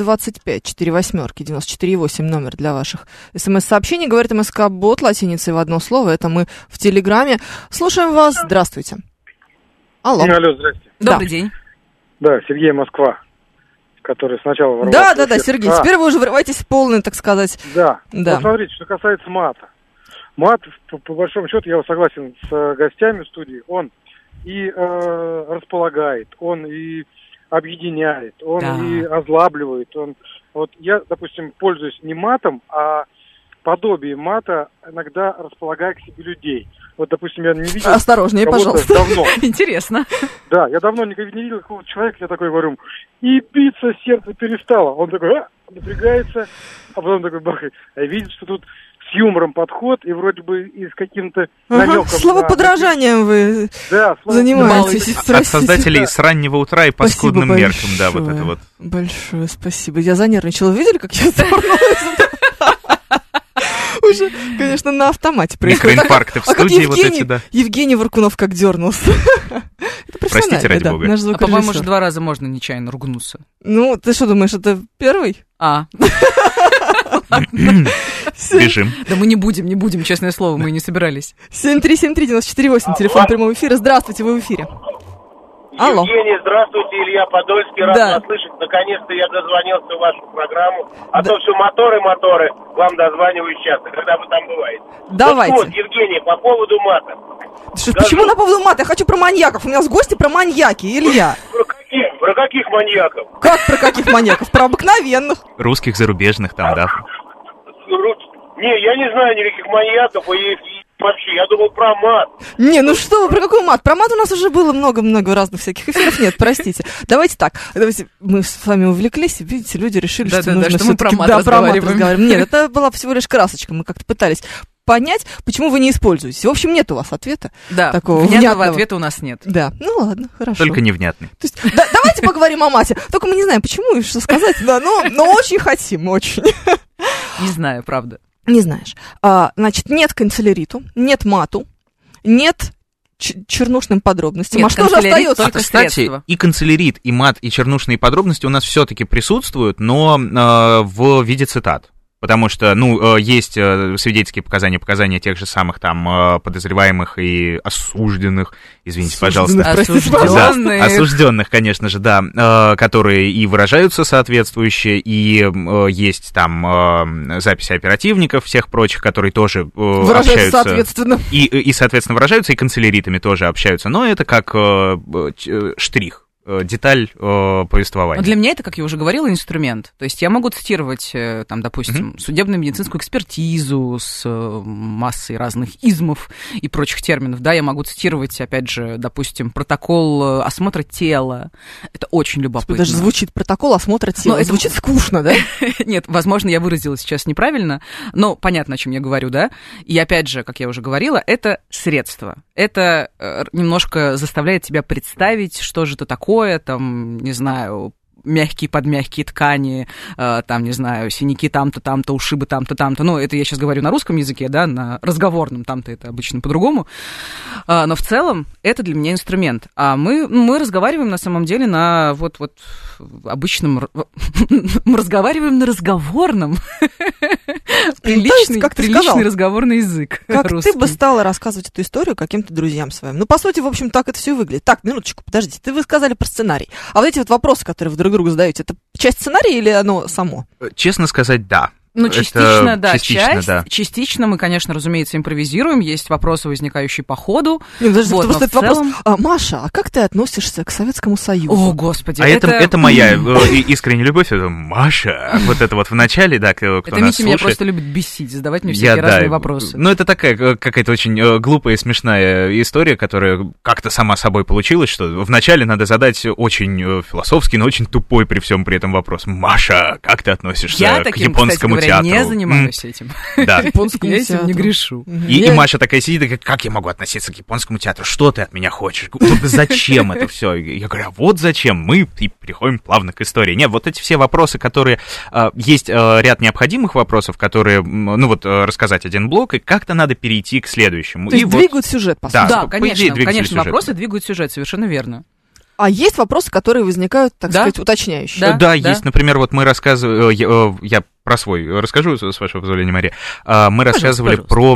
925 48 94,8, номер для ваших смс-сообщений. Говорит МСК-бот латиницей в одно слово, это мы в Телеграме. Слушаем вас, здравствуйте. Алло. Алло, здрасте. Добрый день. Да, Сергей, Москва, который сначала ворвался. Да, Сергей, теперь вы уже врываетесь в полный, так сказать. Да. Вот смотрите, что касается мата. Мат, по большому счету, я согласен с гостями в студии, он и располагает, он и объединяет, он и озлабливает. Вот я, допустим, пользуюсь не матом, а подобием мата, иногда располагая к себе людей. Вот, допустим, я не видел... Осторожнее, пожалуйста. Давно. Интересно. Да, я давно не видел какого-то человека, я такой говорю, и биться сердце перестало. Он такой, напрягается, а потом такой бахает. А видит, что тут с юмором подход, и вроде бы и с каким-то намеком... Словоподражанием вы занимаетесь. От создателей с раннего утра и по скудным меркам, да, вот это вот. Большое спасибо. Я занервничала. Видели, как я запорнулась? Уже, конечно, на автомате происходит. Микроинфаркты в студии вот эти, да. Евгений Варкунов как дернулся. Простите, ради бога. По-моему, уже 2 раза можно нечаянно ругнуться. Ну, ты что думаешь, это первый? Бежим. Да мы не будем, честное слово, мы не собирались. 7373948, телефон прямого эфира. Здравствуйте, вы в эфире. Алло. Евгений, здравствуйте, Илья Подольский, рад вас слышать. Наконец-то я дозвонился в вашу программу. А то все моторы, вам дозваниваюсь часто, когда вы там бываете. Давайте. Вот, Евгений, по поводу мата. Почему на поводу мата? Я хочу про маньяков. У нас гости про маньяки, Илья. Про каких маньяков? Как про каких маньяков? Про обыкновенных. Русских, зарубежных там, да. Не, я не знаю никаких маньяков, и вообще, я думал про мат. Не, ну что вы, про какой мат? Про мат у нас уже было много-много разных всяких эфиров. Нет, простите. Давайте так. Давайте мы с вами увлеклись, и, видите, люди решили, что нужно что мы про мат разговариваем. Нет, это была всего лишь красочка. Мы как-то пытались понять, почему вы не используете. В общем, нет у вас ответа. Да, такого внятного ответа у нас нет. Да, ну ладно, хорошо. Только невнятный. То есть, давайте поговорим о мате. Только мы не знаем, почему и что сказать, да, но очень хотим, очень. Не знаю, правда. Не знаешь. Значит, нет канцеляриту, нет мату, нет чернушным подробностям. Нет, что же остается? Только кстати, средства. и канцелярит, и мат, и чернушные подробности у нас все-таки присутствуют, но в виде цитат. Потому что, есть свидетельские показания тех же самых там подозреваемых и осужденных, извините, пожалуйста. Осужденных, конечно же, да, которые и выражаются соответствующе, и есть там записи оперативников, всех прочих, которые тоже общаются. Соответственно. И, соответственно, выражаются, и канцеляритами тоже общаются, но это как штрих. Деталь повествования. Но для меня это, как я уже говорила, инструмент. То есть я могу цитировать, там, допустим, судебно-медицинскую экспертизу с массой разных измов и прочих терминов. Да, я могу цитировать, опять же, допустим, протокол осмотра тела. Это очень любопытно. Даже звучит протокол осмотра тела. Это звучит скучно, да? Нет, возможно, я выразилась сейчас неправильно, но понятно, о чем я говорю, да? И опять же, как я уже говорила, это средство. Это немножко заставляет тебя представить, что же это такое, там, не знаю, мягкие подмягкие ткани, там, не знаю, синяки там-то, ушибы там-то, там-то. Ну, это я сейчас говорю на русском языке, да, на разговорном, там-то это обычно по-другому. Но в целом это для меня инструмент. А мы разговариваем на самом деле на вот обычном... Мы разговариваем на разговорном. Приличный разговорный язык. Как ты бы стала рассказывать эту историю каким-то друзьям своим? Ну, по сути, в общем, так это все выглядит. Так, минуточку, подождите. Вы сказали про сценарий. А вот эти вот вопросы, которые вы друг другу задаете, это часть сценария или оно само? Честно сказать, да. Ну, частично, да, да. Частично мы, конечно, разумеется, импровизируем. Есть вопросы, возникающие по ходу. Нет, подожди, вот, просто этот вопрос. Маша, а как ты относишься к Советскому Союзу? О, Господи. А это моя искренняя любовь. Это Маша. Вот это вот в начале, да, кто нас слушает. Митя меня просто любит бесить, задавать мне всякие разные вопросы. Ну, это такая какая-то очень глупая и смешная история, которая как-то сама собой получилась, что вначале надо задать очень философский, но очень тупой при всем при этом вопрос. Маша, как ты относишься к японскому театру? Я не занимаюсь этим. Да. Я этим не грешу. И Маша такая сидит и говорит, как я могу относиться к японскому театру? Что ты от меня хочешь? Зачем это все? Я говорю, а вот зачем? Мы и переходим плавно к истории. Нет, вот эти все вопросы, которые... Есть ряд необходимых вопросов, которые, рассказать один блок, и как-то надо перейти к следующему. То есть двигают сюжет, по сути. Да, конечно, вопросы двигают сюжет, совершенно верно. А есть вопросы, которые возникают, так сказать, уточняющие? Да, есть. Например, вот мы рассказывали... Я про свой расскажу, с вашего позволения, Мария. Мы рассказывали про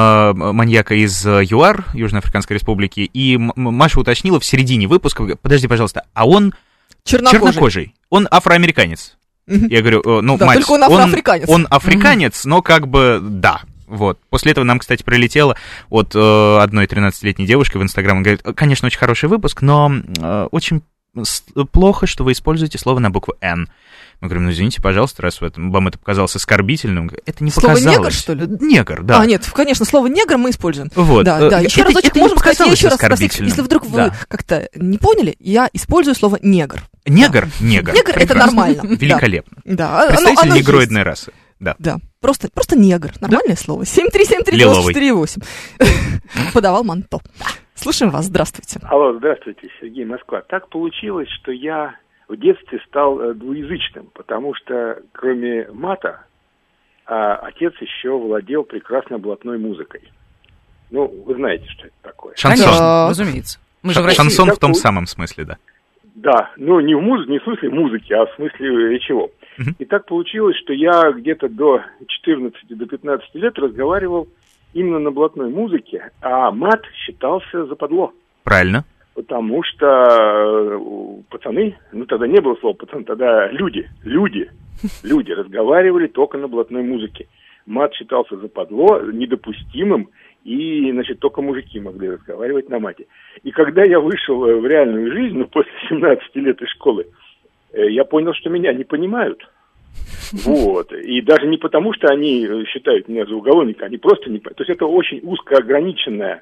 маньяка из ЮАР, Южноафриканской Республики, и Маша уточнила в середине выпуска, подожди, пожалуйста, а он чернокожий, он афроамериканец. Я говорю, Мать, только он афроафриканец. Он африканец, но как бы да. Вот. После этого нам, кстати, прилетело от одной 13-летней девушки в Инстаграм. Он говорит, конечно, очень хороший выпуск, но очень плохо, что вы используете слово на букву «Н». Мы говорим, извините, пожалуйста, раз вам это показалось оскорбительным. Это не слово показалось. Слово «негр», что ли? Негр, да. Нет, конечно, слово «негр» мы используем. Вот. Да. Еще разочек можем сказать, еще раз спросить. Оскорбительным. Если вдруг вы как-то не поняли, я использую слово «негр». Негр? Негр — это нормально. Великолепно. Да. Представитель негроидной расы. Да. Просто негр. Нормальное слово. 7373948. Подавал Манто. Слушаем вас. Здравствуйте. Алло, здравствуйте, Сергей, Москва. Так получилось, что я в детстве стал двуязычным, потому что кроме мата отец еще владел прекрасно блатной музыкой. Ну, вы знаете, что это такое. Шансон. Конечно, разумеется. Шансон в том самом смысле, да. Да, ну не в смысле музыки, а в смысле речевом. И так получилось, что я где-то до 14-15 лет разговаривал именно на блатной музыке, а мат считался западло. Правильно. Потому что пацаны, тогда не было слова пацан, тогда люди разговаривали только на блатной музыке. Мат считался западло, недопустимым, и, только мужики могли разговаривать на мате. И когда я вышел в реальную жизнь, после 17 лет из школы, я понял, что меня не понимают. Вот. И даже не потому, что они считают меня за уголовника, они просто не... То есть это очень узко ограниченная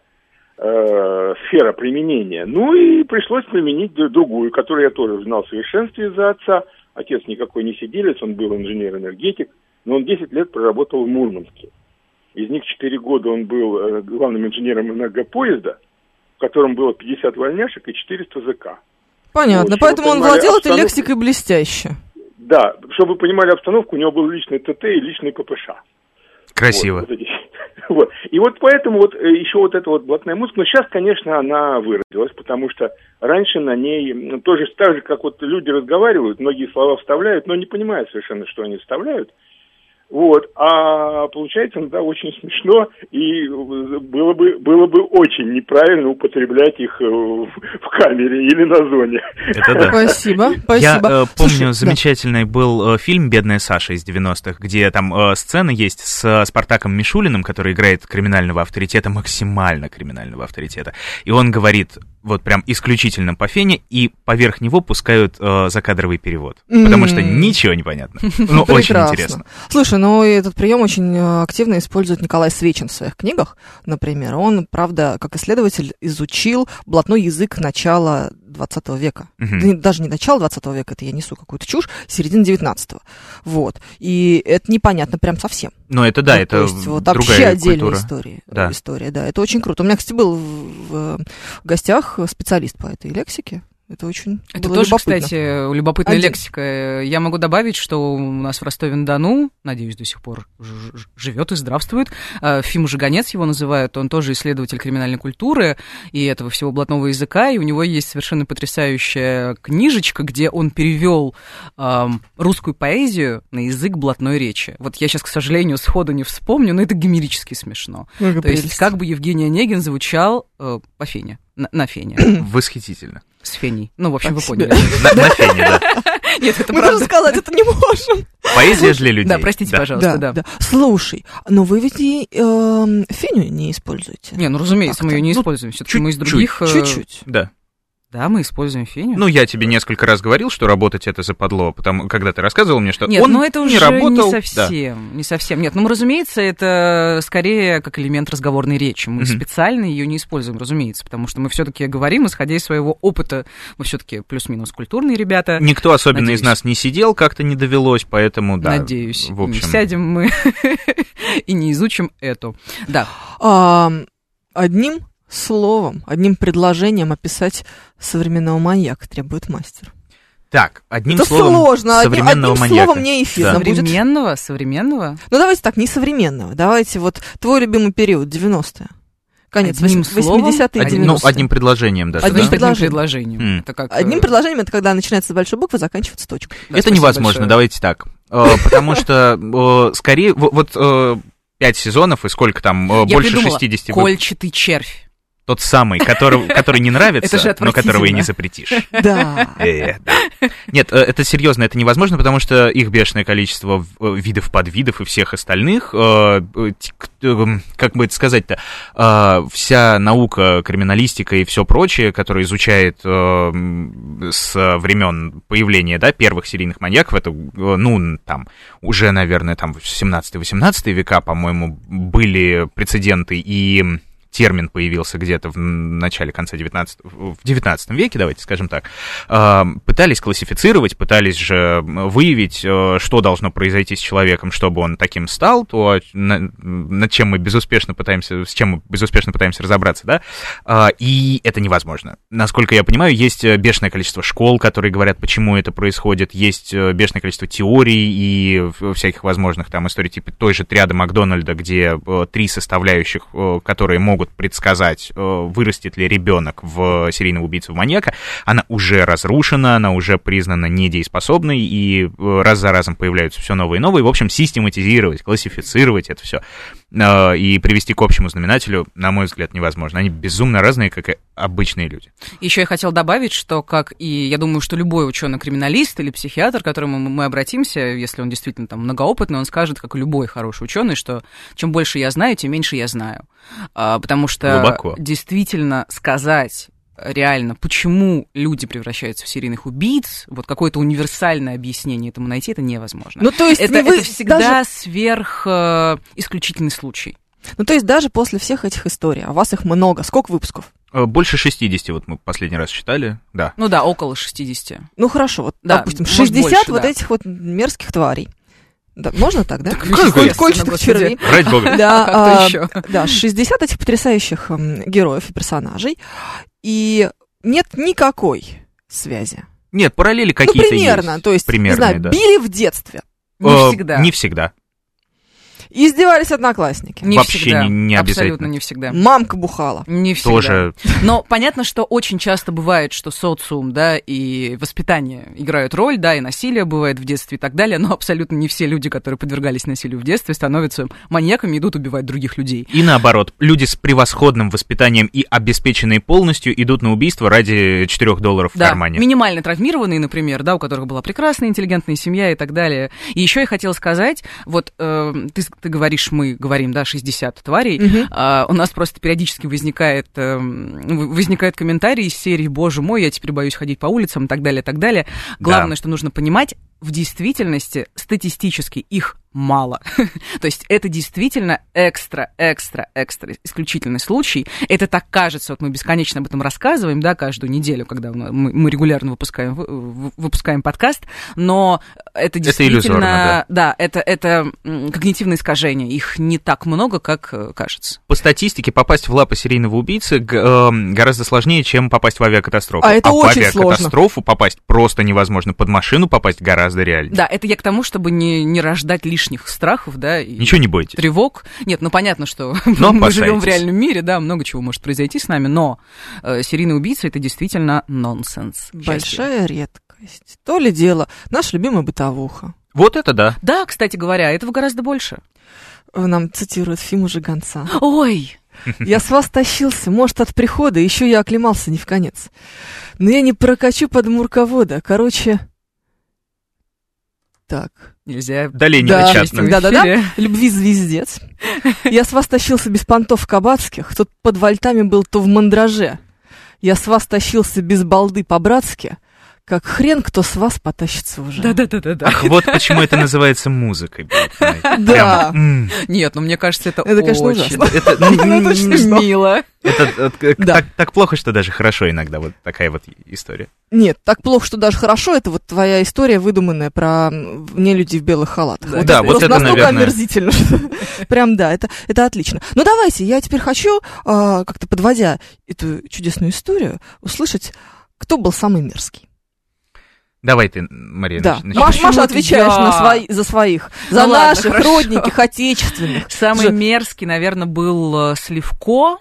сфера применения. Ну и пришлось применить другую, которую я тоже знал в совершенстве из-за отца. Отец никакой не сиделец, он был инженер-энергетик, но он 10 лет проработал в Мурманске. Из них 4 года он был главным инженером энергопоезда, в котором было 50 вольняшек и 400 ЗК. Понятно, вот, поэтому он владел этой лексикой блестяще. Да, чтобы вы понимали обстановку, у него был личный ТТ и личный ППШ. Красиво. Вот. И вот поэтому вот еще вот эта вот блатная музыка, но сейчас, конечно, она выродилась, потому что раньше на ней тоже так же, как вот люди разговаривают, многие слова вставляют, но не понимают совершенно, что они вставляют. Вот, а получается, да, очень смешно, и было бы очень неправильно употреблять их в камере или на зоне. Это да. Спасибо. Я помню, замечательный был фильм «Бедная Саша» из 90-х, где там сцена есть с Спартаком Мишулиным, который играет криминального авторитета, максимально криминального авторитета, и он говорит вот прям исключительно по фене, и поверх него пускают закадровый перевод, потому что ничего не понятно. Ну, очень интересно. Слушай, ну этот прием очень активно использует Николай Свечин в своих книгах, например. Он, правда, как исследователь, изучил блатной язык начала 20 века. Даже не начало 20 века, это я несу какую-то чушь, середины 19-го. Вот. И это непонятно прям совсем. Ну, это да, ну, это есть, вот, другая вообще отдельная культура. история, да. Это очень круто. У меня, кстати, был в гостях специалист по этой лексике. Это очень Это было тоже, любопытно. кстати, любопытная лексика. Я могу добавить, что у нас в Ростове-на-Дону, надеюсь, до сих пор живет и здравствует, Фима Жиганец его называют, он тоже исследователь криминальной культуры и этого всего блатного языка, и у него есть совершенно потрясающая книжечка, где он перевел русскую поэзию на язык блатной речи. Вот я сейчас, к сожалению, сходу не вспомню, но это гомерически смешно. То есть как бы Евгений Онегин звучал по фене. На фене. Восхитительно. С феней. Ну, в общем, вы поняли. На фене, да. Нет, это мы правда. даже сказать это не можем. Поэзия для людей. Да, простите, пожалуйста, да. Слушай, но вы ведь и феню не используете. Не, ну, разумеется, мы ее не используем. Все-таки мы из других... Чуть-чуть. Да. Да, мы используем феню. Ну, я тебе несколько раз говорил, что работать это западло, потому когда ты рассказывал мне, что нет, он ну это уже не работал. Не совсем. Нет, ну, разумеется, это скорее как элемент разговорной речи. Мы специально ее не используем, разумеется, потому что мы все-таки говорим, исходя из своего опыта, мы все-таки плюс-минус культурные ребята. Никто особенно из нас не сидел, как-то не довелось, поэтому, да. Надеюсь, в общем. не сядем мы и не изучим эту. Да. Одним словом, одним предложением описать современного маньяка требует мастер. Так, одним это словом сложно. современного одним маньяка. Словом не эфирно будет. Современного? Ну, давайте так, не современного. Давайте вот твой любимый период, 90-е. Конец 80-е, 90-е. Ну, одним предложением даже, одним да? предложением. Это как... Одним предложением, это когда начинается с большой буквы, заканчивается точкой. Да, это невозможно, давайте так. Потому что, скорее, вот 5 сезонов и сколько там, больше 60 кольчатый червь. Тот самый, который не нравится, но которого и не запретишь. Да. Нет, это серьезно, это невозможно, потому что их бешеное количество видов, подвидов и всех остальных, как бы это сказать-то, вся наука, криминалистика и все прочее, которая изучает с времен появления, да, первых серийных маньяков, это, ну, там, уже, наверное, там, в 17-18 века, по-моему, были прецеденты, и термин появился где-то в начале-конце 19 веке, давайте скажем так, пытались классифицировать, пытались же выявить, что должно произойти с человеком, чтобы он таким стал, то, над чем мы безуспешно пытаемся, с чем мы безуспешно пытаемся разобраться, да, и это невозможно. Насколько я понимаю, есть бешеное количество школ, которые говорят, почему это происходит, есть бешеное количество теорий и всяких возможных там историй, типа той же триады Макдональда, где 3 составляющих, которые могут предсказать, вырастет ли ребенок в серийного убийцу-маньяка, она уже разрушена, она уже признана недееспособной, и раз за разом появляются все новые и новые. В общем, систематизировать, классифицировать это все и привести к общему знаменателю, на мой взгляд, невозможно. Они безумно разные, как и обычные люди. Еще я хотела добавить, что, как и, я думаю, что любой ученый-криминалист или психиатр, к которому мы обратимся, если он действительно там многоопытный, он скажет, как и любой хороший ученый, что чем больше я знаю, тем меньше я знаю. Потому что глубоко. Действительно сказать реально, почему люди превращаются в серийных убийц, вот какое-то универсальное объяснение этому найти, это невозможно. Ну, то есть это всегда даже... исключительный случай. Ну, то есть даже после всех этих историй, а у вас их много, сколько выпусков? Больше 60, вот мы последний раз считали, да. Ну да, около 60. Ну, хорошо, вот, да, допустим, 60 больше, вот да. этих вот мерзких тварей. Да, можно так, да? Кончатых червей. Ради бога. Да, 60 этих потрясающих героев и персонажей, и нет никакой связи. Нет, параллели какие-то примерно, есть. То есть, примерные, не знаю, да. били в детстве. Не всегда. Не всегда. Издевались одноклассники. Не Вообще всегда. не обязательно. Абсолютно не всегда. Мамка бухала. Не всегда. Тоже. Но понятно, что очень часто бывает, что социум, да, и воспитание играют роль, да, и насилие бывает в детстве и так далее, но абсолютно не все люди, которые подвергались насилию в детстве, становятся маньяками и идут убивать других людей. И наоборот, люди с превосходным воспитанием и обеспеченные полностью идут на убийство ради $4 в кармане. Минимально травмированные, например, да, у которых была прекрасная, интеллигентная семья и так далее. И еще я хотела сказать, вот ты говоришь, мы говорим, да, 60 тварей, у нас просто периодически возникают комментарии из серии «Боже мой, я теперь боюсь ходить по улицам» и так далее, и так далее. Главное, что нужно понимать, в действительности статистически их мало. То есть это действительно экстра исключительный случай. Это так кажется, вот мы бесконечно об этом рассказываем, да, каждую неделю, когда мы регулярно выпускаем подкаст, но это действительно... Это иллюзорно, да. Это когнитивные искажения, их не так много, как кажется. По статистике попасть в лапы серийного убийцы гораздо сложнее, чем попасть в авиакатастрофу. А это очень в авиакатастрофу попасть просто невозможно, под машину попасть гораздо реальнее. Да, это я к тому, чтобы не рождать лишних страхов, да, и ничего не бойтесь. Тревог. Нет, ну понятно, что но мы живем в реальном мире, да, много чего может произойти с нами, но серийный убийца — это действительно нонсенс. Большая редкость. То ли дело, наша любимая бытовуха. Вот это да. Да, кстати говоря, этого гораздо больше. Нам цитирует Фиму Жиганца. Ой! Я с вас тащился, может, от прихода, еще я оклемался не в конец. Но я не прокачу под мурковода, короче... Так. Нельзя далее не начать. Да. Любви звездец. Я с вас тащился без понтов кабацких, тут под вольтами был, то в мандраже. Я с вас тащился без балды по-братски, как хрен кто с вас потащится уже. Да. Ах, вот почему это называется музыкой. Да. Нет, ну мне кажется, это конечно, очень... ужасно. Это очень мило. Это так плохо, что даже хорошо иногда, вот такая вот история. Нет, так плохо, что даже хорошо, это вот твоя история выдуманная про нелюдей в белых халатах. Да, вот это, настолько наверное... омерзительно, что прям да, это отлично. Ну давайте, я теперь хочу, как-то подводя эту чудесную историю, услышать, кто был самый мерзкий. Давай ты, Мария, да. начни. Маша, отвечаешь за своих, за ну наших ладно, родненьких, отечественных. Самый мерзкий, наверное, был Сливко.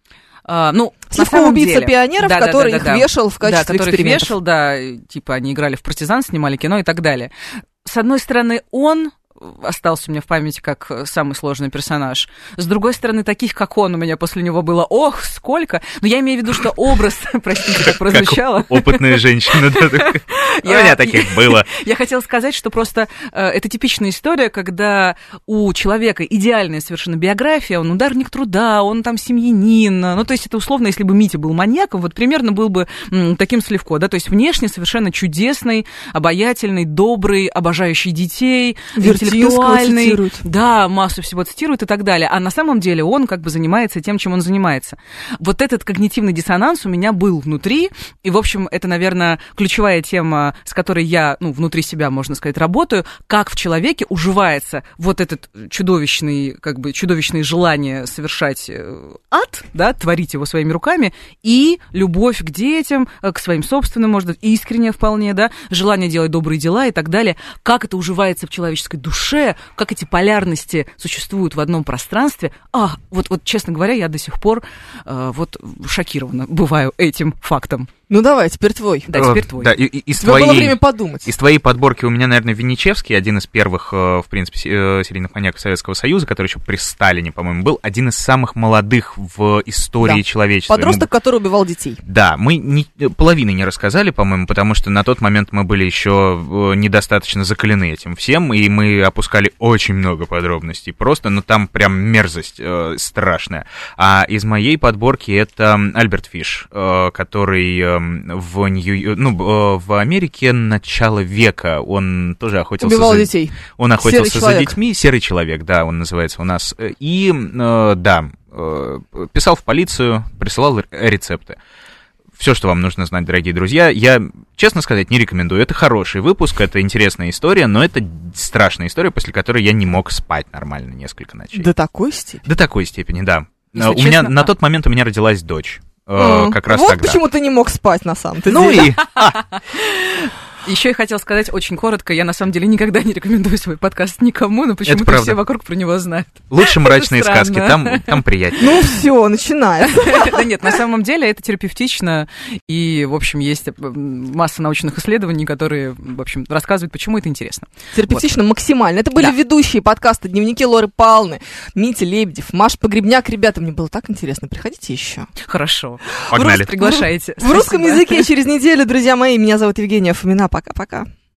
Ну, Сливко убийца пионеров, который их вешал в качестве экспериментов. Вешал, да, типа они играли в партизан, снимали кино и так далее. С одной стороны, он остался у меня в памяти как самый сложный персонаж. С другой стороны, таких, как он, у меня после него было, ох, сколько. Но я имею в виду, что образ, простите, как прозвучало. Как опытная женщина. У меня таких было. Я хотела сказать, что просто это типичная история, когда у человека идеальная совершенно биография, он ударник труда, он там семьянин. Ну, то есть это условно, если бы Митя был маньяком, вот примерно был бы таким Сливко, да, то есть внешне совершенно чудесный, обаятельный, добрый, обожающий детей, интеллектуальный, да, массу всего цитирует и так далее, а на самом деле он как бы занимается тем, чем он занимается. Вот этот когнитивный диссонанс у меня был внутри, и, в общем, это, наверное, ключевая тема, с которой я, внутри себя, можно сказать, работаю, как в человеке уживается вот этот чудовищное желание совершать ад, да, творить его своими руками, и любовь к детям, к своим собственным, может быть, искренне вполне, да, желание делать добрые дела и так далее, как это уживается в человеческой душе, как эти полярности существуют в одном пространстве. Вот честно говоря, я до сих пор шокирована бываю этим фактом. Ну давай, теперь твой. Да, теперь твой. Да, из Тебе было время подумать. Из твоей подборки у меня, наверное, Винничевский, один из первых, в принципе, серийных маньяков Советского Союза, который еще при Сталине, по-моему, был, один из самых молодых в истории человечества. Подросток, который убивал детей. Да, мы половины не рассказали, по-моему, потому что на тот момент мы были еще недостаточно закалены этим всем, и мы опускали очень много подробностей просто, но там прям мерзость страшная. А из моей подборки это Альберт Фиш, который в Америке начало века, он тоже охотился убивал детей. Он охотился за детьми, серый человек, да, он называется у нас. И, писал в полицию, присылал рецепты. Все, что вам нужно знать, дорогие друзья, я, честно сказать, не рекомендую. Это хороший выпуск, это интересная история, но это страшная история, после которой я не мог спать нормально несколько ночей. До такой степени? До такой степени, да. На тот момент у меня родилась дочь. Как раз вот тогда. Почему ты не мог спать, на самом деле. Еще я хотела сказать очень коротко, я на самом деле никогда не рекомендую свой подкаст никому, но почему-то все вокруг про него знают. Лучше мрачные сказки, там приятнее. Ну все, начинай. Да нет, на самом деле это терапевтично, и, в общем, есть масса научных исследований, которые, в общем, рассказывают, почему это интересно. Терапевтично максимально. Это были ведущие подкаста «Дневники Лоры Павловны», Митя Лебедев, Маша Погребняк. Ребята, мне было так интересно. Приходите еще. Хорошо. Погнали. Приглашайте. В русском языке через неделю, друзья мои. Меня зовут Евгения Фомина. Пока-пока.